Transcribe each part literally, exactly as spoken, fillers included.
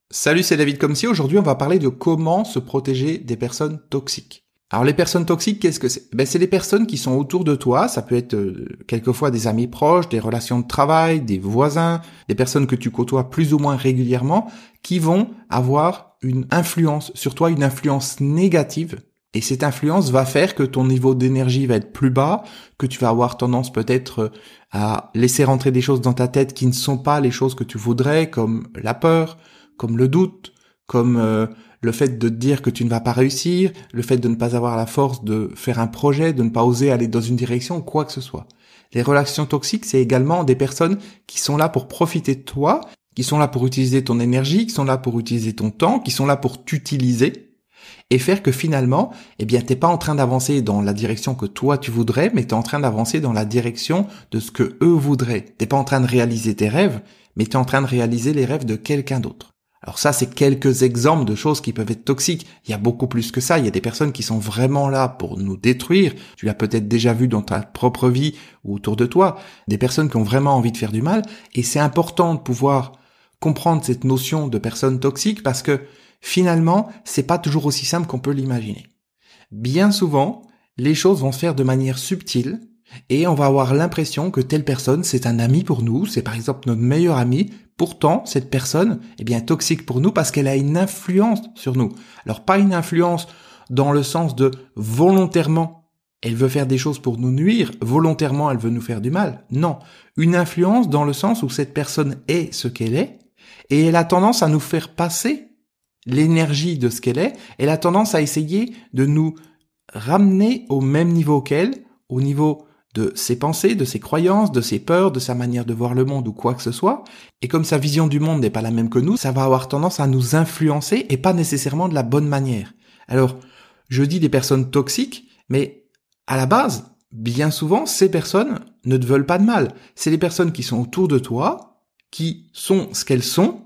Salut, c'est David Comsi. Aujourd'hui, on va parler de comment se protéger des personnes toxiques. Alors, les personnes toxiques, qu'est-ce que c'est? Ben, c'est les personnes qui sont autour de toi. Ça peut être euh, quelquefois des amis proches, des relations de travail, des voisins, des personnes que tu côtoies plus ou moins régulièrement, qui vont avoir une influence sur toi, une influence négative. Et cette influence va faire que ton niveau d'énergie va être plus bas, que tu vas avoir tendance peut-être à laisser rentrer des choses dans ta tête qui ne sont pas les choses que tu voudrais, comme la peur, comme le doute, comme euh, le fait de te dire que tu ne vas pas réussir, le fait de ne pas avoir la force de faire un projet, de ne pas oser aller dans une direction ou quoi que ce soit. Les relations toxiques, c'est également des personnes qui sont là pour profiter de toi, qui sont là pour utiliser ton énergie, qui sont là pour utiliser ton temps, qui sont là pour t'utiliser et faire que finalement, eh bien, t'es pas en train d'avancer dans la direction que toi tu voudrais, mais t'es en train d'avancer dans la direction de ce que eux voudraient. T'es pas en train de réaliser tes rêves, mais t'es en train de réaliser les rêves de quelqu'un d'autre. Alors ça, c'est quelques exemples de choses qui peuvent être toxiques. Il y a beaucoup plus que ça. Il y a des personnes qui sont vraiment là pour nous détruire. Tu l'as peut-être déjà vu dans ta propre vie ou autour de toi. Des personnes qui ont vraiment envie de faire du mal. Et c'est important de pouvoir comprendre cette notion de personnes toxiques parce que finalement, c'est pas toujours aussi simple qu'on peut l'imaginer. Bien souvent, les choses vont se faire de manière subtile et on va avoir l'impression que telle personne, c'est un ami pour nous, c'est par exemple notre meilleur ami. Pourtant, cette personne est bien toxique pour nous parce qu'elle a une influence sur nous. Alors pas une influence dans le sens de volontairement, elle veut faire des choses pour nous nuire, volontairement elle veut nous faire du mal. Non, une influence dans le sens où cette personne est ce qu'elle est et elle a tendance à nous faire passer l'énergie de ce qu'elle est, elle a tendance à essayer de nous ramener au même niveau qu'elle, au niveau de ses pensées, de ses croyances, de ses peurs, de sa manière de voir le monde ou quoi que ce soit. Et comme sa vision du monde n'est pas la même que nous, ça va avoir tendance à nous influencer et pas nécessairement de la bonne manière. Alors, je dis des personnes toxiques, mais à la base, bien souvent, ces personnes ne te veulent pas de mal. C'est les personnes qui sont autour de toi, qui sont ce qu'elles sont,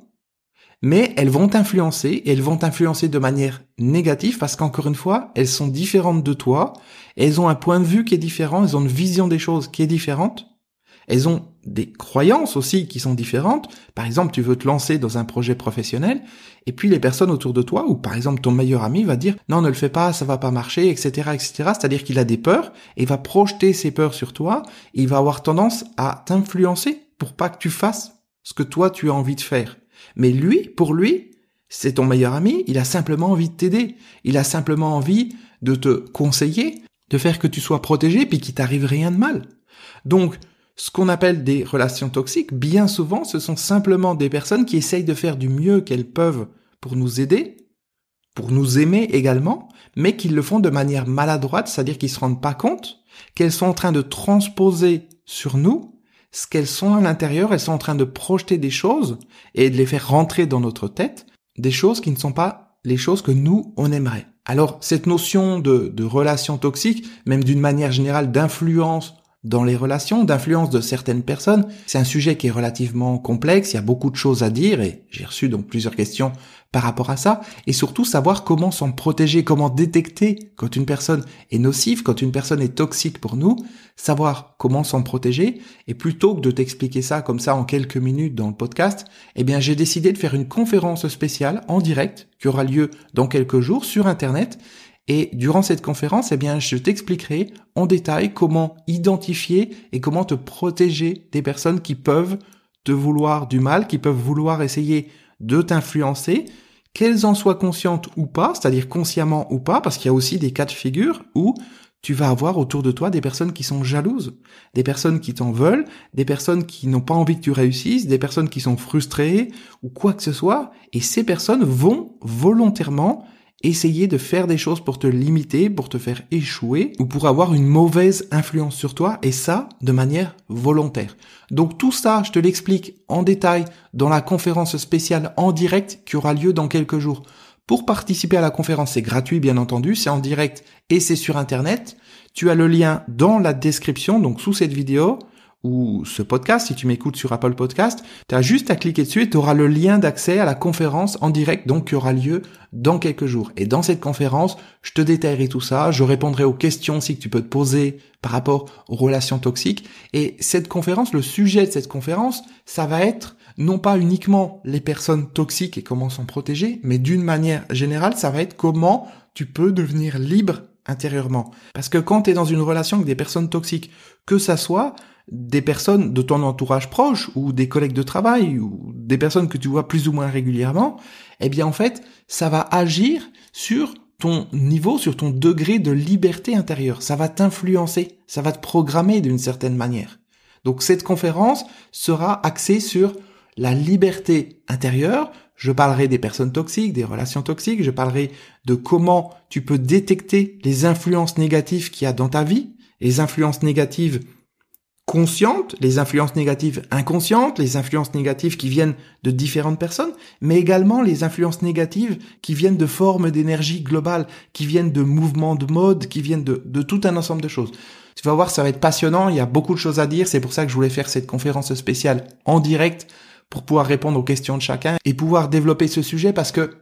mais elles vont t'influencer et elles vont t'influencer de manière négative parce qu'encore une fois, elles sont différentes de toi, elles ont un point de vue qui est différent, elles ont une vision des choses qui est différente, elles ont des croyances aussi qui sont différentes. Par exemple, tu veux te lancer dans un projet professionnel et puis les personnes autour de toi ou par exemple ton meilleur ami va dire « Non, ne le fais pas, ça va pas marcher, et cetera et cetera » C'est-à-dire qu'il a des peurs et il va projeter ses peurs sur toi et il va avoir tendance à t'influencer pour pas que tu fasses ce que toi tu as envie de faire. Mais lui, pour lui, c'est ton meilleur ami, il a simplement envie de t'aider. Il a simplement envie de te conseiller, de faire que tu sois protégé puis qu'il t'arrive rien de mal. Donc, ce qu'on appelle des relations toxiques, bien souvent, ce sont simplement des personnes qui essayent de faire du mieux qu'elles peuvent pour nous aider, pour nous aimer également, mais qui le font de manière maladroite, c'est-à-dire qu'ils se rendent pas compte qu'elles sont en train de transposer sur nous ce qu'elles sont à l'intérieur, elles sont en train de projeter des choses et de les faire rentrer dans notre tête, des choses qui ne sont pas les choses que nous, on aimerait. Alors, cette notion de, de relation toxique, même d'une manière générale d'influence dans les relations, d'influence de certaines personnes, c'est un sujet qui est relativement complexe, il y a beaucoup de choses à dire et j'ai reçu donc plusieurs questions par rapport à ça et surtout savoir comment s'en protéger, comment détecter quand une personne est nocive, quand une personne est toxique pour nous, savoir comment s'en protéger et plutôt que de t'expliquer ça comme ça en quelques minutes dans le podcast, eh bien j'ai décidé de faire une conférence spéciale en direct qui aura lieu dans quelques jours sur internet. Et durant cette conférence, eh bien, je t'expliquerai en détail comment identifier et comment te protéger des personnes qui peuvent te vouloir du mal, qui peuvent vouloir essayer de t'influencer, qu'elles en soient conscientes ou pas, c'est-à-dire consciemment ou pas, parce qu'il y a aussi des cas de figure où tu vas avoir autour de toi des personnes qui sont jalouses, des personnes qui t'en veulent, des personnes qui n'ont pas envie que tu réussisses, des personnes qui sont frustrées ou quoi que ce soit, et ces personnes vont volontairement essayer de faire des choses pour te limiter, pour te faire échouer ou pour avoir une mauvaise influence sur toi et ça de manière volontaire. Donc tout ça, je te l'explique en détail dans la conférence spéciale en direct qui aura lieu dans quelques jours. Pour participer à la conférence, c'est gratuit bien entendu, c'est en direct et c'est sur internet. Tu as le lien dans la description, donc sous cette vidéo ou ce podcast, si tu m'écoutes sur Apple Podcast, tu as juste à cliquer dessus et tu auras le lien d'accès à la conférence en direct, donc qui aura lieu dans quelques jours. Et dans cette conférence, je te détaillerai tout ça, je répondrai aux questions aussi que tu peux te poser par rapport aux relations toxiques. Et cette conférence, le sujet de cette conférence, ça va être non pas uniquement les personnes toxiques et comment s'en protéger, mais d'une manière générale, ça va être comment tu peux devenir libre intérieurement. Parce que quand tu es dans une relation avec des personnes toxiques, que ça soit des personnes de ton entourage proche ou des collègues de travail ou des personnes que tu vois plus ou moins régulièrement, eh bien en fait, ça va agir sur ton niveau, sur ton degré de liberté intérieure. Ça va t'influencer, ça va te programmer d'une certaine manière. Donc cette conférence sera axée sur la liberté intérieure. Je parlerai des personnes toxiques, des relations toxiques, je parlerai de comment tu peux détecter les influences négatives qu'il y a dans ta vie, les influences négatives conscientes, les influences négatives inconscientes, les influences négatives qui viennent de différentes personnes, mais également les influences négatives qui viennent de formes d'énergie globale, qui viennent de mouvements de mode, qui viennent de, de tout un ensemble de choses. Tu vas voir, ça va être passionnant, il y a beaucoup de choses à dire, c'est pour ça que je voulais faire cette conférence spéciale en direct pour pouvoir répondre aux questions de chacun et pouvoir développer ce sujet parce que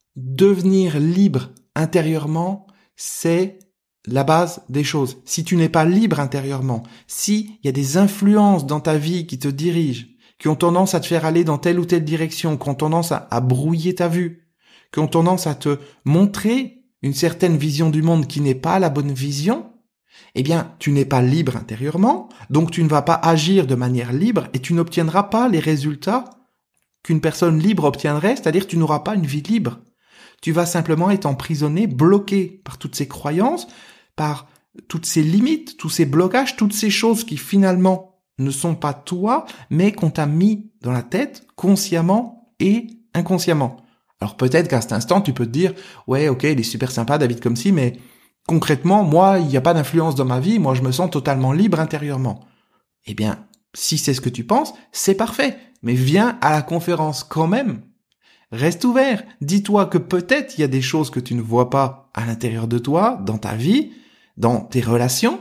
devenir libre intérieurement, c'est la base des choses. Si tu n'es pas libre intérieurement, s'il y a des influences dans ta vie qui te dirigent, qui ont tendance à te faire aller dans telle ou telle direction, qui ont tendance à, à brouiller ta vue, qui ont tendance à te montrer une certaine vision du monde qui n'est pas la bonne vision, eh bien, tu n'es pas libre intérieurement, donc tu ne vas pas agir de manière libre et tu n'obtiendras pas les résultats qu'une personne libre obtiendrait, c'est-à-dire que tu n'auras pas une vie libre. Tu vas simplement être emprisonné, bloqué par toutes ces croyances, par toutes ces limites, tous ces blocages, toutes ces choses qui finalement ne sont pas toi, mais qu'on t'a mis dans la tête consciemment et inconsciemment. Alors peut-être qu'à cet instant, tu peux te dire « Ouais, ok, il est super sympa, David, comme si, mais concrètement, moi, il n'y a pas d'influence dans ma vie, moi, je me sens totalement libre intérieurement. » Eh bien, si c'est ce que tu penses, c'est parfait, mais viens à la conférence quand même. Reste ouvert, dis-toi que peut-être il y a des choses que tu ne vois pas à l'intérieur de toi, dans ta vie, dans tes relations,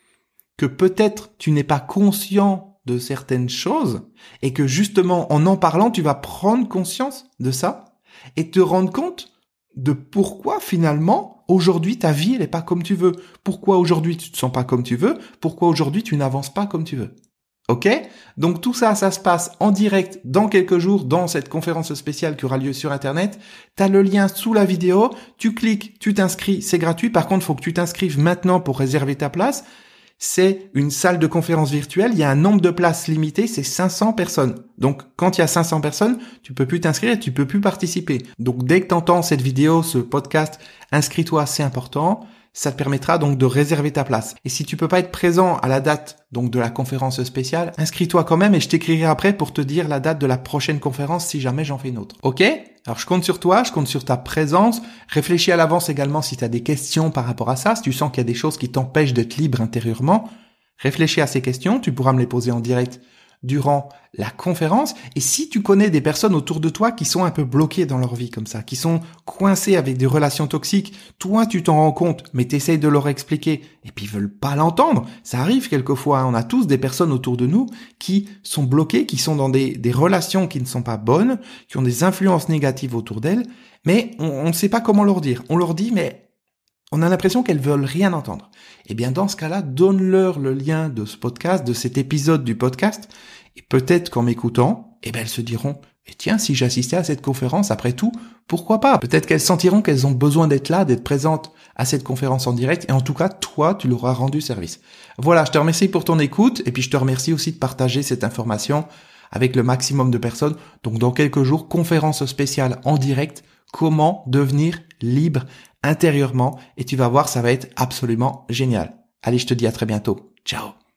que peut-être tu n'es pas conscient de certaines choses et que justement en en parlant, tu vas prendre conscience de ça et te rendre compte de pourquoi finalement aujourd'hui ta vie elle est pas comme tu veux, pourquoi aujourd'hui tu te sens pas comme tu veux, pourquoi aujourd'hui tu n'avances pas comme tu veux. Ok? Donc tout ça, ça se passe en direct dans quelques jours dans cette conférence spéciale qui aura lieu sur Internet. Tu as le lien sous la vidéo, tu cliques, tu t'inscris, c'est gratuit. Par contre, il faut que tu t'inscrives maintenant pour réserver ta place. C'est une salle de conférence virtuelle, il y a un nombre de places limité, c'est cinq cents personnes. Donc quand il y a cinq cents personnes, tu peux plus t'inscrire et tu peux plus participer. Donc dès que tu entends cette vidéo, ce podcast, inscris-toi, c'est important. Ça te permettra donc de réserver ta place. Et si tu peux pas être présent à la date donc de la conférence spéciale, inscris-toi quand même et je t'écrirai après pour te dire la date de la prochaine conférence si jamais j'en fais une autre. Ok? Alors je compte sur toi, je compte sur ta présence. Réfléchis à l'avance également si tu as des questions par rapport à ça, si tu sens qu'il y a des choses qui t'empêchent d'être libre intérieurement. Réfléchis à ces questions, tu pourras me les poser en direct durant la conférence. Et si tu connais des personnes autour de toi qui sont un peu bloquées dans leur vie comme ça, qui sont coincées avec des relations toxiques, toi tu t'en rends compte, mais t'essayes de leur expliquer et puis ils veulent pas l'entendre. Ça arrive quelquefois, hein. On a tous des personnes autour de nous qui sont bloquées, qui sont dans des, des relations qui ne sont pas bonnes, qui ont des influences négatives autour d'elles, mais on ne sait pas comment leur dire. On leur dit, mais on a l'impression qu'elles veulent rien entendre. Eh bien, dans ce cas-là, donne-leur le lien de ce podcast, de cet épisode du podcast, et peut-être qu'en m'écoutant, eh ben, elles se diront, et tiens, si j'assistais à cette conférence, après tout, pourquoi pas? Peut-être qu'elles sentiront qu'elles ont besoin d'être là, d'être présentes à cette conférence en direct, et en tout cas, toi, tu leur as rendu service. Voilà, je te remercie pour ton écoute, et puis je te remercie aussi de partager cette information avec le maximum de personnes. Donc, dans quelques jours, conférence spéciale en direct, comment devenir libre intérieurement, et tu vas voir, ça va être absolument génial. Allez, je te dis à très bientôt. Ciao.